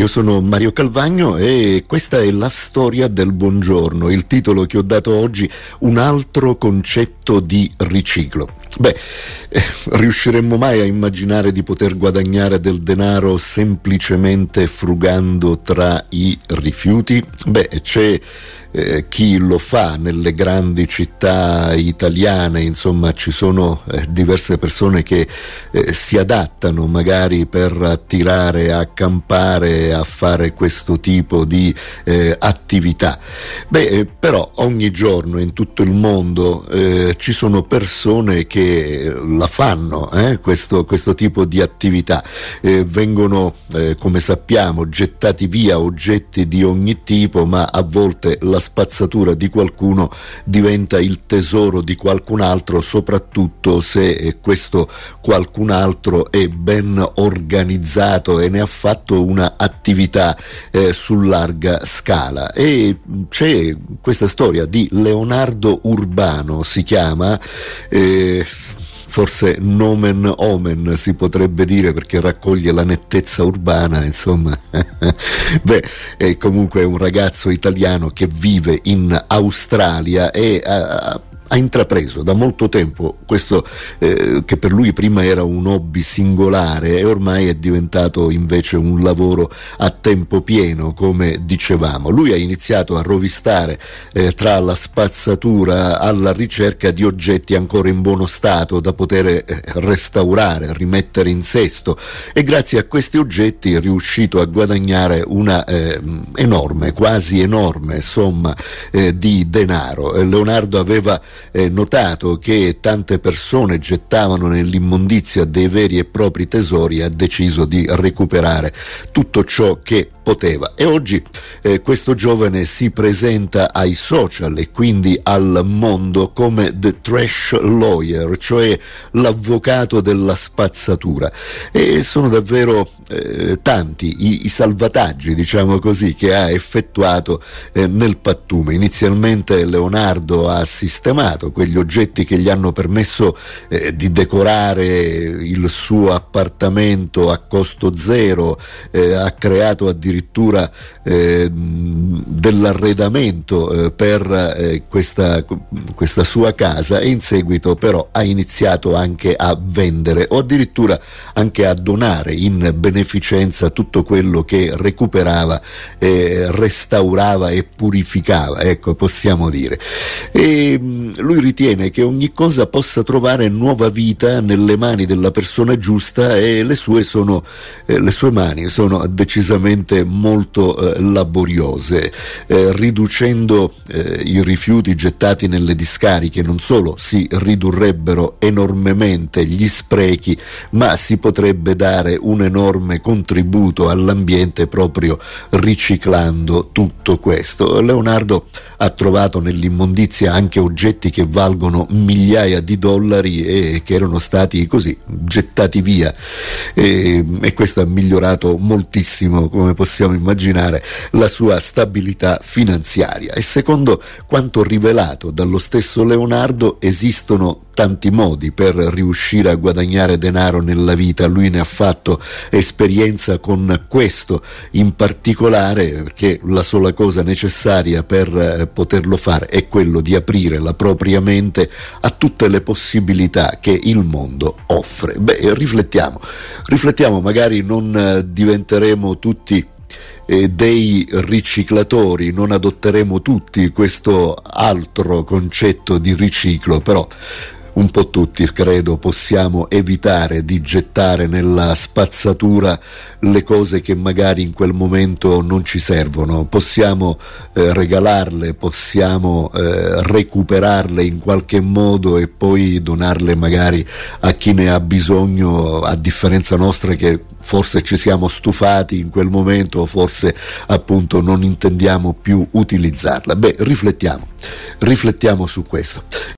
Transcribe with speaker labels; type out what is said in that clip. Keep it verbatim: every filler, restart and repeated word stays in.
Speaker 1: io sono Mario Calvagno e questa è la storia del buongiorno, il titolo che ho dato oggi, un altro concetto di riciclo. Beh, eh, riusciremmo mai a immaginare di poter guadagnare del denaro semplicemente frugando tra i rifiuti? Beh, c'è Eh, chi lo fa nelle grandi città italiane, insomma ci sono eh, diverse persone che eh, si adattano magari per attirare, a accampare, a fare questo tipo di eh, attività. Beh, eh, però ogni giorno in tutto il mondo eh, ci sono persone che la fanno, eh, questo, questo tipo di attività. Eh, vengono, eh, come sappiamo, gettati via oggetti di ogni tipo, ma a volte la spazzatura di qualcuno diventa il tesoro di qualcun altro, soprattutto se questo qualcun altro è ben organizzato e ne ha fatto una attività eh, su larga scala. E c'è questa storia di Leonardo Urbano, si chiama, eh, forse nomen omen si potrebbe dire, perché raccoglie la nettezza urbana, insomma. Beh, è comunque un ragazzo italiano che vive in Australia e ha, ha intrapreso da molto tempo questo eh, che per lui prima era un hobby singolare e ormai è diventato invece un lavoro a tempo pieno, come dicevamo. Lui ha iniziato a rovistare eh, tra la spazzatura alla ricerca di oggetti ancora in buono stato da poter eh, restaurare, rimettere in sesto, e grazie a questi oggetti è riuscito a guadagnare una eh, enorme, quasi enorme somma eh, di denaro. Leonardo aveva Eh, notato che tante persone gettavano nell'immondizia dei veri e propri tesori e ha deciso di recuperare tutto ciò che poteva. E oggi eh, questo giovane si presenta ai social e quindi al mondo come the trash lawyer, cioè l'avvocato della spazzatura, e sono davvero eh, tanti i, i salvataggi, diciamo così, che ha effettuato eh, nel pattume. Inizialmente Leonardo ha sistemato quegli oggetti che gli hanno permesso eh, di decorare il suo appartamento a costo zero, eh, ha creato addirittura addirittura eh, dell'arredamento eh, per eh, questa, questa sua casa, e in seguito però ha iniziato anche a vendere o addirittura anche a donare in beneficenza tutto quello che recuperava, eh, restaurava e purificava, ecco, possiamo dire. E lui ritiene che ogni cosa possa trovare nuova vita nelle mani della persona giusta, e le sue sono eh, le sue mani sono decisamente molto eh, laboriose, eh, riducendo eh, i rifiuti gettati nelle discariche. Non solo si ridurrebbero enormemente gli sprechi, ma si potrebbe dare un enorme contributo all'ambiente proprio riciclando tutto questo. Leonardo ha trovato nell'immondizia anche oggetti che valgono migliaia di dollari e che erano stati così gettati via, e, e questo ha migliorato moltissimo, come possiamo immaginare, la sua stabilità finanziaria. E secondo quanto rivelato dallo stesso Leonardo, esistono tanti modi per riuscire a guadagnare denaro nella vita. Lui ne ha fatto esperienza con questo in particolare, perché la sola cosa necessaria per eh, poterlo fare è quello di aprire la propria mente a tutte le possibilità che il mondo offre. Beh, riflettiamo, riflettiamo, magari non eh, diventeremo tutti Eh, dei riciclatori, non adotteremo tutti questo altro concetto di riciclo, però un po' tutti credo possiamo evitare di gettare nella spazzatura le cose che magari in quel momento non ci servono. Possiamo eh, regalarle, possiamo eh, recuperarle in qualche modo e poi donarle magari a chi ne ha bisogno, a differenza nostra che forse ci siamo stufati in quel momento o forse appunto non intendiamo più utilizzarla. Beh, riflettiamo, riflettiamo su questo.